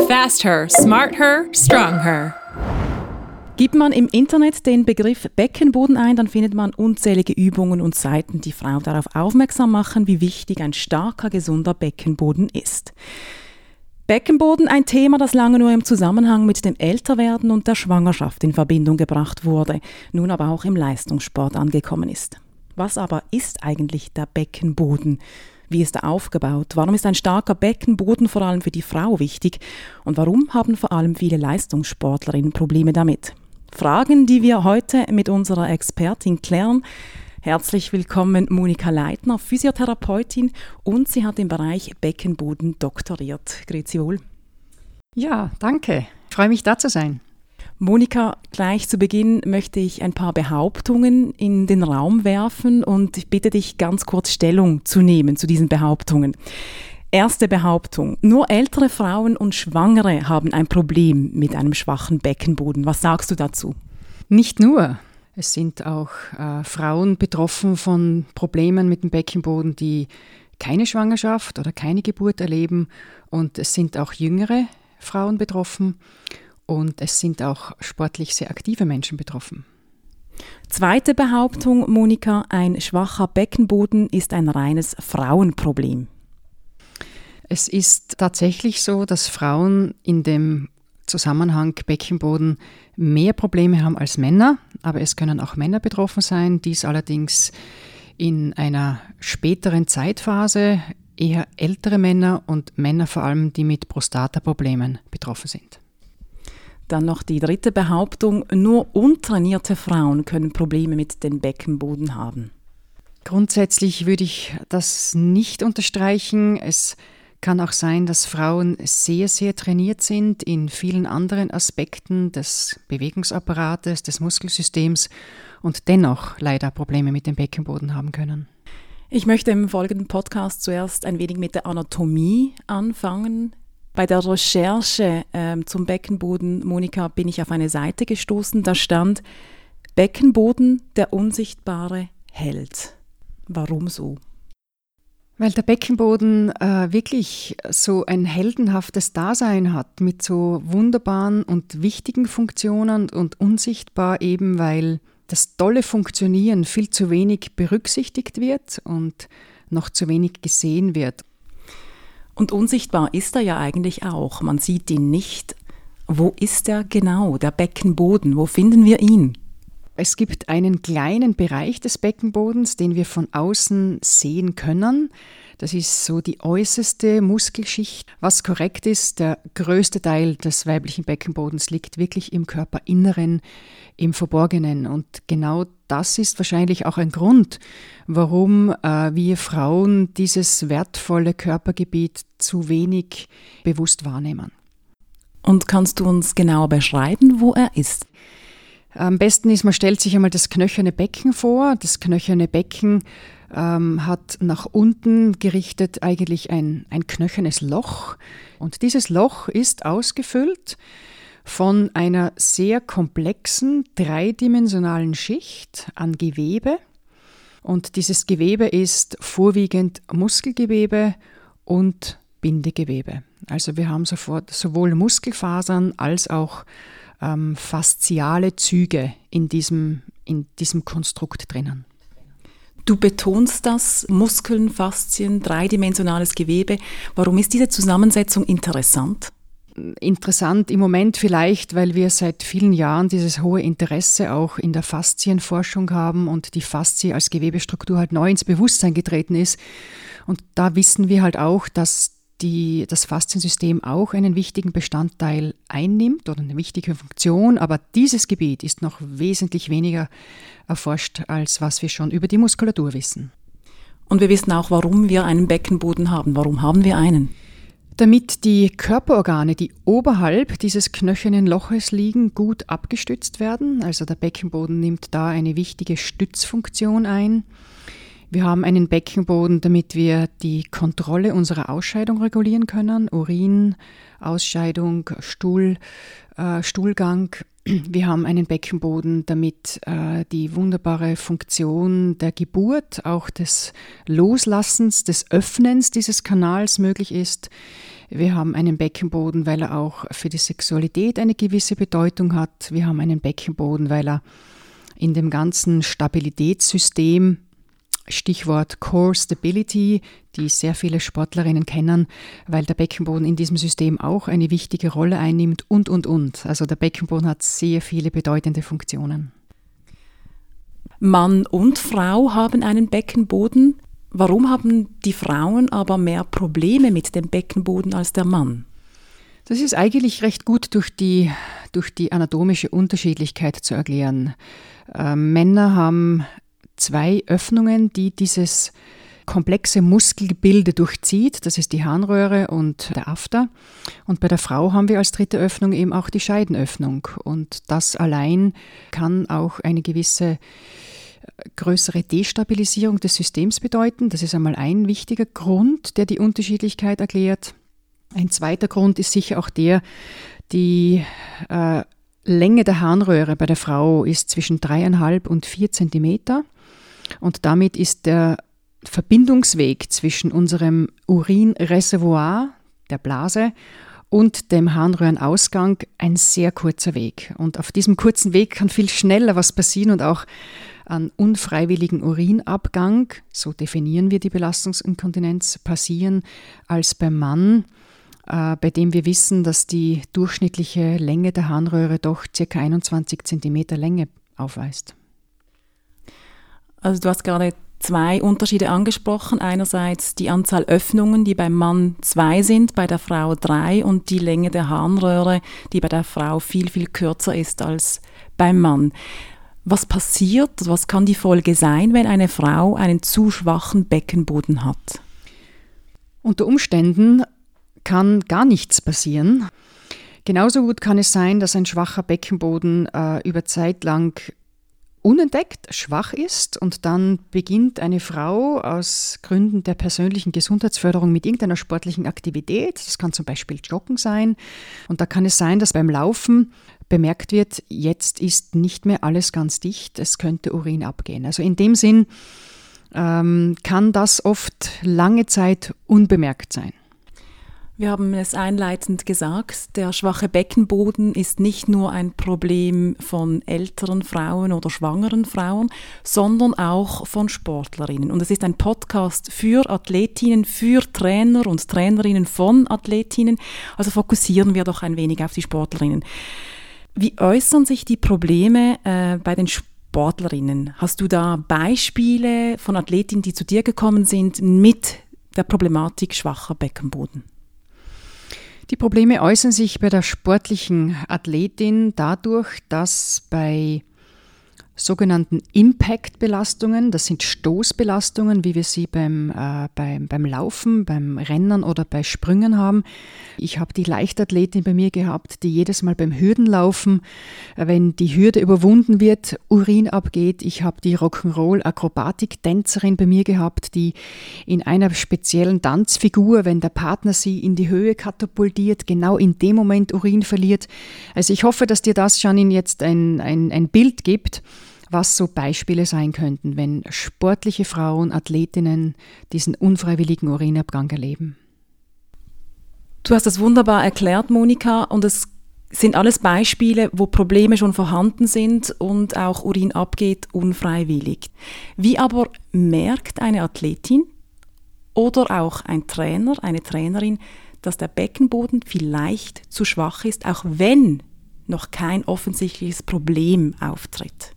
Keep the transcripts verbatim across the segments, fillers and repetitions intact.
Fast her, smart her, strong her. Gibt man im Internet den Begriff Beckenboden ein, dann findet man unzählige Übungen und Seiten, die Frauen darauf aufmerksam machen, wie wichtig ein starker, gesunder Beckenboden ist. Beckenboden, ein Thema, das lange nur im Zusammenhang mit dem Älterwerden und der Schwangerschaft in Verbindung gebracht wurde, nun aber auch im Leistungssport angekommen ist. Was aber ist eigentlich der Beckenboden? Wie ist er aufgebaut? Warum ist ein starker Beckenboden vor allem für die Frau wichtig? Und warum haben vor allem viele Leistungssportlerinnen Probleme damit? Fragen, die wir heute mit unserer Expertin klären. Herzlich willkommen Monika Leitner, Physiotherapeutin, und sie hat im Bereich Beckenboden doktoriert. Grüezi wohl. Ja, danke. Ich freue mich, da zu sein. Monika, gleich zu Beginn möchte ich ein paar Behauptungen in den Raum werfen und ich bitte dich, ganz kurz Stellung zu nehmen zu diesen Behauptungen. Erste Behauptung: Nur ältere Frauen und Schwangere haben ein Problem mit einem schwachen Beckenboden. Was sagst du dazu? Nicht nur. Es sind auch äh, Frauen betroffen von Problemen mit dem Beckenboden, die keine Schwangerschaft oder keine Geburt erleben. Und es sind auch jüngere Frauen betroffen. Und es sind auch sportlich sehr aktive Menschen betroffen. Zweite Behauptung, Monika: Ein schwacher Beckenboden ist ein reines Frauenproblem. Es ist tatsächlich so, dass Frauen in dem Zusammenhang Beckenboden mehr Probleme haben als Männer, aber es können auch Männer betroffen sein, dies allerdings in einer späteren Zeitphase, eher ältere Männer und Männer vor allem, die mit Prostataproblemen betroffen sind. Dann noch die dritte Behauptung: Nur untrainierte Frauen können Probleme mit dem Beckenboden haben. Grundsätzlich würde ich das nicht unterstreichen. Es kann auch sein, dass Frauen sehr, sehr trainiert sind in vielen anderen Aspekten des Bewegungsapparates, des Muskelsystems und dennoch leider Probleme mit dem Beckenboden haben können. Ich möchte im folgenden Podcast zuerst ein wenig mit der Anatomie anfangen. Bei der Recherche ähm, zum Beckenboden, Monika, bin ich auf eine Seite gestoßen, da stand: Beckenboden, der unsichtbare Held. Warum so? Weil der Beckenboden äh, wirklich so ein heldenhaftes Dasein hat mit so wunderbaren und wichtigen Funktionen und unsichtbar eben, weil das tolle Funktionieren viel zu wenig berücksichtigt wird und noch zu wenig gesehen wird. Und unsichtbar ist er ja eigentlich auch. Man sieht ihn nicht. Wo ist er genau, der Beckenboden? Wo finden wir ihn? Es gibt einen kleinen Bereich des Beckenbodens, den wir von außen sehen können. Das ist so die äußerste Muskelschicht. Was korrekt ist, der größte Teil des weiblichen Beckenbodens liegt wirklich im Körperinneren, im Verborgenen. Und genau das ist wahrscheinlich auch ein Grund, warum äh, wir Frauen dieses wertvolle Körpergebiet zu wenig bewusst wahrnehmen. Und kannst du uns genauer beschreiben, wo er ist? Am besten ist, man stellt sich einmal das knöcherne Becken vor. Das knöcherne Becken ähm, hat nach unten gerichtet eigentlich ein, ein knöchernes Loch. Und dieses Loch ist ausgefüllt von einer sehr komplexen, dreidimensionalen Schicht an Gewebe. Und dieses Gewebe ist vorwiegend Muskelgewebe und Bindegewebe. Also wir haben sofort sowohl Muskelfasern als auch Ähm, fasziale Züge in diesem, in diesem Konstrukt drinnen. Du betonst das, Muskeln, Faszien, dreidimensionales Gewebe. Warum ist diese Zusammensetzung interessant? Interessant im Moment vielleicht, weil wir seit vielen Jahren dieses hohe Interesse auch in der Faszienforschung haben und die Faszie als Gewebestruktur halt neu ins Bewusstsein getreten ist. Und da wissen wir halt auch, dass Die, das Fasziensystem auch einen wichtigen Bestandteil einnimmt oder eine wichtige Funktion, aber dieses Gebiet ist noch wesentlich weniger erforscht, als was wir schon über die Muskulatur wissen. Und wir wissen auch, warum wir einen Beckenboden haben. Warum haben wir einen? Damit die Körperorgane, die oberhalb dieses knöchernen Loches liegen, gut abgestützt werden. Also der Beckenboden nimmt da eine wichtige Stützfunktion ein. Wir haben einen Beckenboden, damit wir die Kontrolle unserer Ausscheidung regulieren können. Urin, Ausscheidung, Stuhl, äh, Stuhlgang. Wir haben einen Beckenboden, damit äh, die wunderbare Funktion der Geburt, auch des Loslassens, des Öffnens dieses Kanals möglich ist. Wir haben einen Beckenboden, weil er auch für die Sexualität eine gewisse Bedeutung hat. Wir haben einen Beckenboden, weil er in dem ganzen Stabilitätssystem, Stichwort Core Stability, die sehr viele Sportlerinnen kennen, weil der Beckenboden in diesem System auch eine wichtige Rolle einnimmt und, und, und. Also der Beckenboden hat sehr viele bedeutende Funktionen. Mann und Frau haben einen Beckenboden. Warum haben die Frauen aber mehr Probleme mit dem Beckenboden als der Mann? Das ist eigentlich recht gut durch die, durch die anatomische Unterschiedlichkeit zu erklären. Äh, Männer haben zwei Öffnungen, die dieses komplexe Muskelgebilde durchzieht. Das ist die Harnröhre und der After. Und bei der Frau haben wir als dritte Öffnung eben auch die Scheidenöffnung. Und das allein kann auch eine gewisse größere Destabilisierung des Systems bedeuten. Das ist einmal ein wichtiger Grund, der die Unterschiedlichkeit erklärt. Ein zweiter Grund ist sicher auch der, die äh, Länge der Harnröhre bei der Frau ist zwischen dreieinhalb und vier Zentimeter. Und damit ist der Verbindungsweg zwischen unserem Urinreservoir, der Blase, und dem Harnröhrenausgang ein sehr kurzer Weg. Und auf diesem kurzen Weg kann viel schneller was passieren und auch an unfreiwilligen Urinabgang, so definieren wir die Belastungsinkontinenz, passieren als beim Mann, äh, bei dem wir wissen, dass die durchschnittliche Länge der Harnröhre doch ca. einundzwanzig Zentimeter Länge aufweist. Also du hast gerade zwei Unterschiede angesprochen. Einerseits die Anzahl Öffnungen, die beim Mann zwei sind, bei der Frau drei, und die Länge der Harnröhre, die bei der Frau viel, viel kürzer ist als beim Mann. Was passiert, was kann die Folge sein, wenn eine Frau einen zu schwachen Beckenboden hat? Unter Umständen kann gar nichts passieren. Genauso gut kann es sein, dass ein schwacher Beckenboden äh, über Zeit lang unentdeckt, schwach ist und dann beginnt eine Frau aus Gründen der persönlichen Gesundheitsförderung mit irgendeiner sportlichen Aktivität. Das kann zum Beispiel Joggen sein. Und da kann es sein, dass beim Laufen bemerkt wird, jetzt ist nicht mehr alles ganz dicht, es könnte Urin abgehen. Also in dem Sinn ähm, kann das oft lange Zeit unbemerkt sein. Wir haben es einleitend gesagt, der schwache Beckenboden ist nicht nur ein Problem von älteren Frauen oder schwangeren Frauen, sondern auch von Sportlerinnen. Und es ist ein Podcast für Athletinnen, für Trainer und Trainerinnen von Athletinnen. Also fokussieren wir doch ein wenig auf die Sportlerinnen. Wie äußern sich die Probleme äh, bei den Sportlerinnen? Hast du da Beispiele von Athletinnen, die zu dir gekommen sind mit der Problematik schwacher Beckenboden? Die Probleme äußern sich bei der sportlichen Athletin dadurch, dass bei sogenannten Impact-Belastungen, das sind Stoßbelastungen, wie wir sie beim, äh, beim, beim Laufen, beim Rennen oder bei Sprüngen haben. Ich habe die Leichtathletin bei mir gehabt, die jedes Mal beim Hürdenlaufen, wenn die Hürde überwunden wird, Urin abgeht. Ich habe die Rock'n'Roll-Akrobatik-Tänzerin bei mir gehabt, die in einer speziellen Tanzfigur, wenn der Partner sie in die Höhe katapultiert, genau in dem Moment Urin verliert. Also ich hoffe, dass dir das, Janine, jetzt ein, ein, ein Bild gibt, was so Beispiele sein könnten, wenn sportliche Frauen, Athletinnen diesen unfreiwilligen Urinabgang erleben. Du hast das wunderbar erklärt, Monika, und es sind alles Beispiele, wo Probleme schon vorhanden sind und auch Urin abgeht unfreiwillig. Wie aber merkt eine Athletin oder auch ein Trainer, eine Trainerin, dass der Beckenboden vielleicht zu schwach ist, auch wenn noch kein offensichtliches Problem auftritt?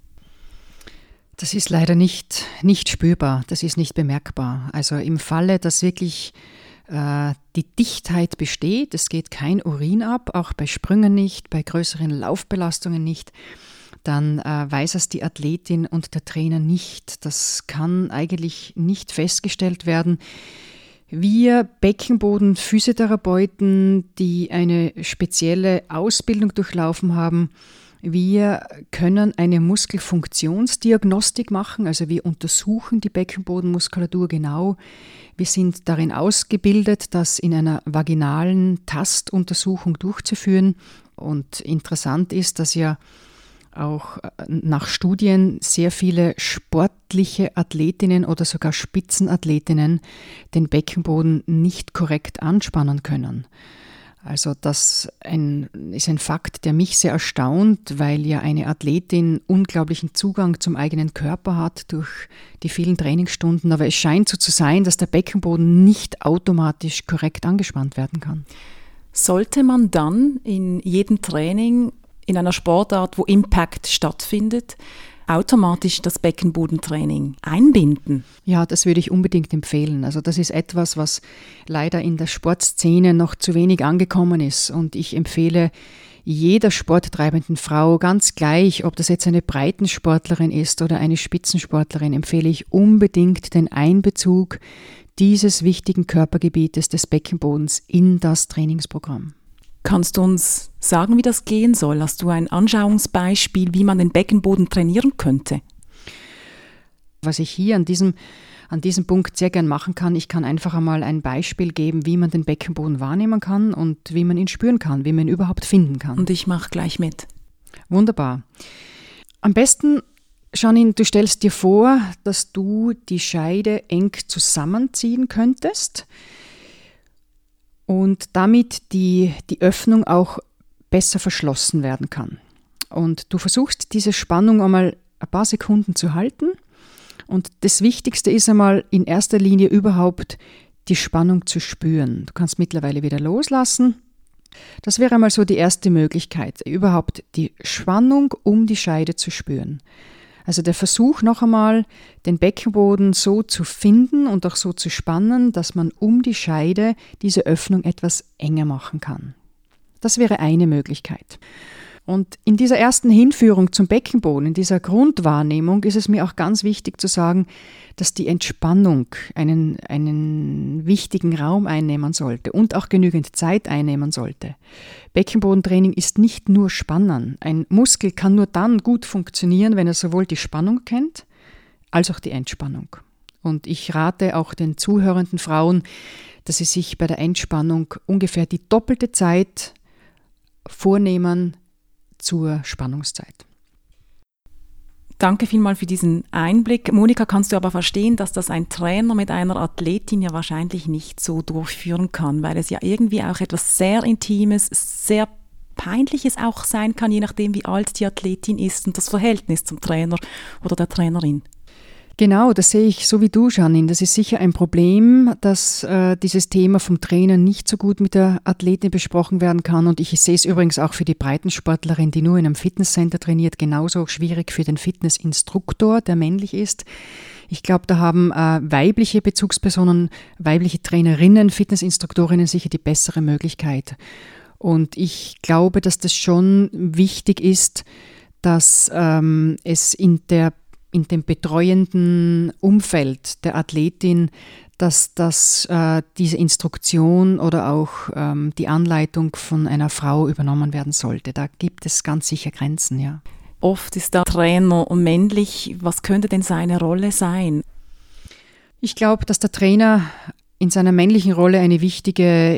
Das ist leider nicht, nicht spürbar, das ist nicht bemerkbar. Also im Falle, dass wirklich äh, die Dichtheit besteht, es geht kein Urin ab, auch bei Sprüngen nicht, bei größeren Laufbelastungen nicht, dann äh, weiß es die Athletin und der Trainer nicht. Das kann eigentlich nicht festgestellt werden. Wir Beckenboden-Physiotherapeuten, die eine spezielle Ausbildung durchlaufen haben, wir können eine Muskelfunktionsdiagnostik machen, also wir untersuchen die Beckenbodenmuskulatur genau. Wir sind darin ausgebildet, das in einer vaginalen Tastuntersuchung durchzuführen. Und interessant ist, dass ja auch nach Studien sehr viele Sport etliche Athletinnen oder sogar Spitzenathletinnen den Beckenboden nicht korrekt anspannen können. Also das ein, ist ein Fakt, der mich sehr erstaunt, weil ja eine Athletin unglaublichen Zugang zum eigenen Körper hat durch die vielen Trainingsstunden. Aber es scheint so zu sein, dass der Beckenboden nicht automatisch korrekt angespannt werden kann. Sollte man dann in jedem Training in einer Sportart, wo Impact stattfindet, automatisch das Beckenbodentraining einbinden? Ja, das würde ich unbedingt empfehlen. Also das ist etwas, was leider in der Sportszene noch zu wenig angekommen ist. Und ich empfehle jeder sporttreibenden Frau, ganz gleich, ob das jetzt eine Breitensportlerin ist oder eine Spitzensportlerin, empfehle ich unbedingt den Einbezug dieses wichtigen Körpergebietes des Beckenbodens in das Trainingsprogramm. Kannst du uns sagen, wie das gehen soll? Hast du ein Anschauungsbeispiel, wie man den Beckenboden trainieren könnte? Was ich hier an diesem, an diesem Punkt sehr gern machen kann, ich kann einfach einmal ein Beispiel geben, wie man den Beckenboden wahrnehmen kann und wie man ihn spüren kann, wie man ihn überhaupt finden kann. Und ich mache gleich mit. Wunderbar. Am besten, Janine, du stellst dir vor, dass du die Scheide eng zusammenziehen könntest und damit die, die Öffnung auch besser verschlossen werden kann. Und du versuchst, diese Spannung einmal ein paar Sekunden zu halten. Und das Wichtigste ist einmal in erster Linie überhaupt die Spannung zu spüren. Du kannst mittlerweile wieder loslassen. Das wäre einmal so die erste Möglichkeit, überhaupt die Spannung um die Scheide zu spüren. Also der Versuch noch einmal, den Beckenboden so zu finden und auch so zu spannen, dass man um die Scheide diese Öffnung etwas enger machen kann. Das wäre eine Möglichkeit. Und in dieser ersten Hinführung zum Beckenboden, in dieser Grundwahrnehmung, ist es mir auch ganz wichtig zu sagen, dass die Entspannung einen, einen wichtigen Raum einnehmen sollte und auch genügend Zeit einnehmen sollte. Beckenbodentraining ist nicht nur Spannen. Ein Muskel kann nur dann gut funktionieren, wenn er sowohl die Spannung kennt, als auch die Entspannung. Und ich rate auch den zuhörenden Frauen, dass sie sich bei der Entspannung ungefähr die doppelte Zeit vornehmen zur Spannungszeit. Danke vielmals für diesen Einblick. Monika, kannst du aber verstehen, dass das ein Trainer mit einer Athletin ja wahrscheinlich nicht so durchführen kann, weil es ja irgendwie auch etwas sehr Intimes, sehr Peinliches auch sein kann, je nachdem wie alt die Athletin ist und das Verhältnis zum Trainer oder der Trainerin. Genau, das sehe ich so wie du, Janine. Das ist sicher ein Problem, dass äh, dieses Thema vom Trainer nicht so gut mit der Athletin besprochen werden kann. Und ich sehe es übrigens auch für die Breitensportlerin, die nur in einem Fitnesscenter trainiert, genauso schwierig für den Fitnessinstruktor, der männlich ist. Ich glaube, da haben äh, weibliche Bezugspersonen, weibliche Trainerinnen, Fitnessinstruktorinnen sicher die bessere Möglichkeit. Und ich glaube, dass das schon wichtig ist, dass ähm, es in der in dem betreuenden Umfeld der Athletin, dass das, äh, diese Instruktion oder auch ähm, die Anleitung von einer Frau übernommen werden sollte. Da gibt es ganz sicher Grenzen, ja. Oft ist der Trainer männlich. Was könnte denn seine Rolle sein? Ich glaube, dass der Trainer in seiner männlichen Rolle eine wichtige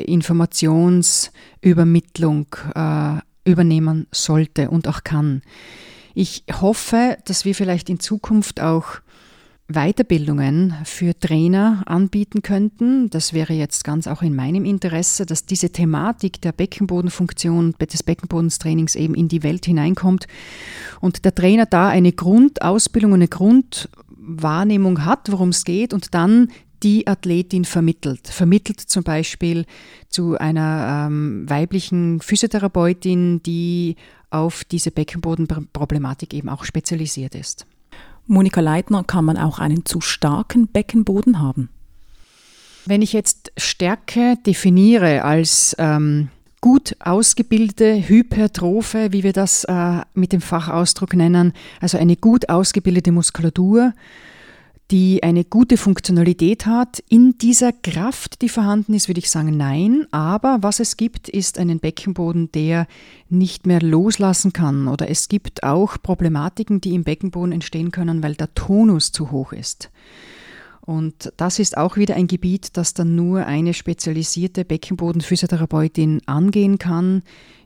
Informationsübermittlung äh, übernehmen sollte und auch kann. Ich hoffe, dass wir vielleicht in Zukunft auch Weiterbildungen für Trainer anbieten könnten. Das wäre jetzt ganz auch in meinem Interesse, dass diese Thematik der Beckenbodenfunktion, des Beckenbodenstrainings eben in die Welt hineinkommt und der Trainer da eine Grundausbildung, eine Grundwahrnehmung hat, worum es geht und dann die Athletin vermittelt. Vermittelt zum Beispiel zu einer ähm, weiblichen Physiotherapeutin, die auf diese Beckenbodenproblematik eben auch spezialisiert ist. Monika Leitner, kann man auch einen zu starken Beckenboden haben? Wenn ich jetzt Stärke definiere als ähm, gut ausgebildete Hypertrophe, wie wir das äh, mit dem Fachausdruck nennen, also eine gut ausgebildete Muskulatur, die eine gute Funktionalität hat. In dieser Kraft, die vorhanden ist, würde ich sagen, nein. Aber was es gibt, ist einen Beckenboden, der nicht mehr loslassen kann. Oder es gibt auch Problematiken, die im Beckenboden entstehen können, weil der Tonus zu hoch ist. Und das ist auch wieder ein Gebiet, das dann nur eine spezialisierte Beckenbodenphysiotherapeutin angehen kann,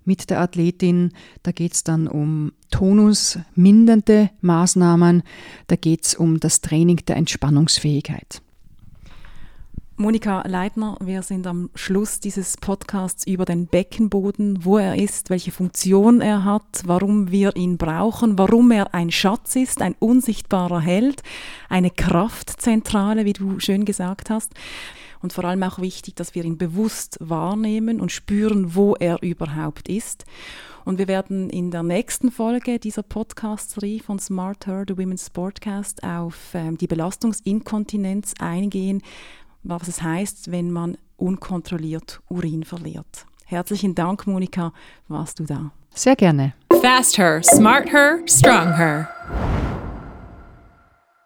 mit der Athletin. Da geht es dann um tonusmindernde Maßnahmen, da geht es um das Training der Entspannungsfähigkeit. Monika Leitner, wir sind am Schluss dieses Podcasts über den Beckenboden, wo er ist, welche Funktion er hat, warum wir ihn brauchen, warum er ein Schatz ist, ein unsichtbarer Held, eine Kraftzentrale, wie du schön gesagt hast. Und vor allem auch wichtig, dass wir ihn bewusst wahrnehmen und spüren, wo er überhaupt ist. Und wir werden in der nächsten Folge dieser Podcast-Serie von Smart Her, The Women's Sportcast, auf ähm, die Belastungsinkontinenz eingehen, was es heißt, wenn man unkontrolliert Urin verliert. Herzlichen Dank, Monika, warst du da. Sehr gerne. Fast her, smart her, strong her.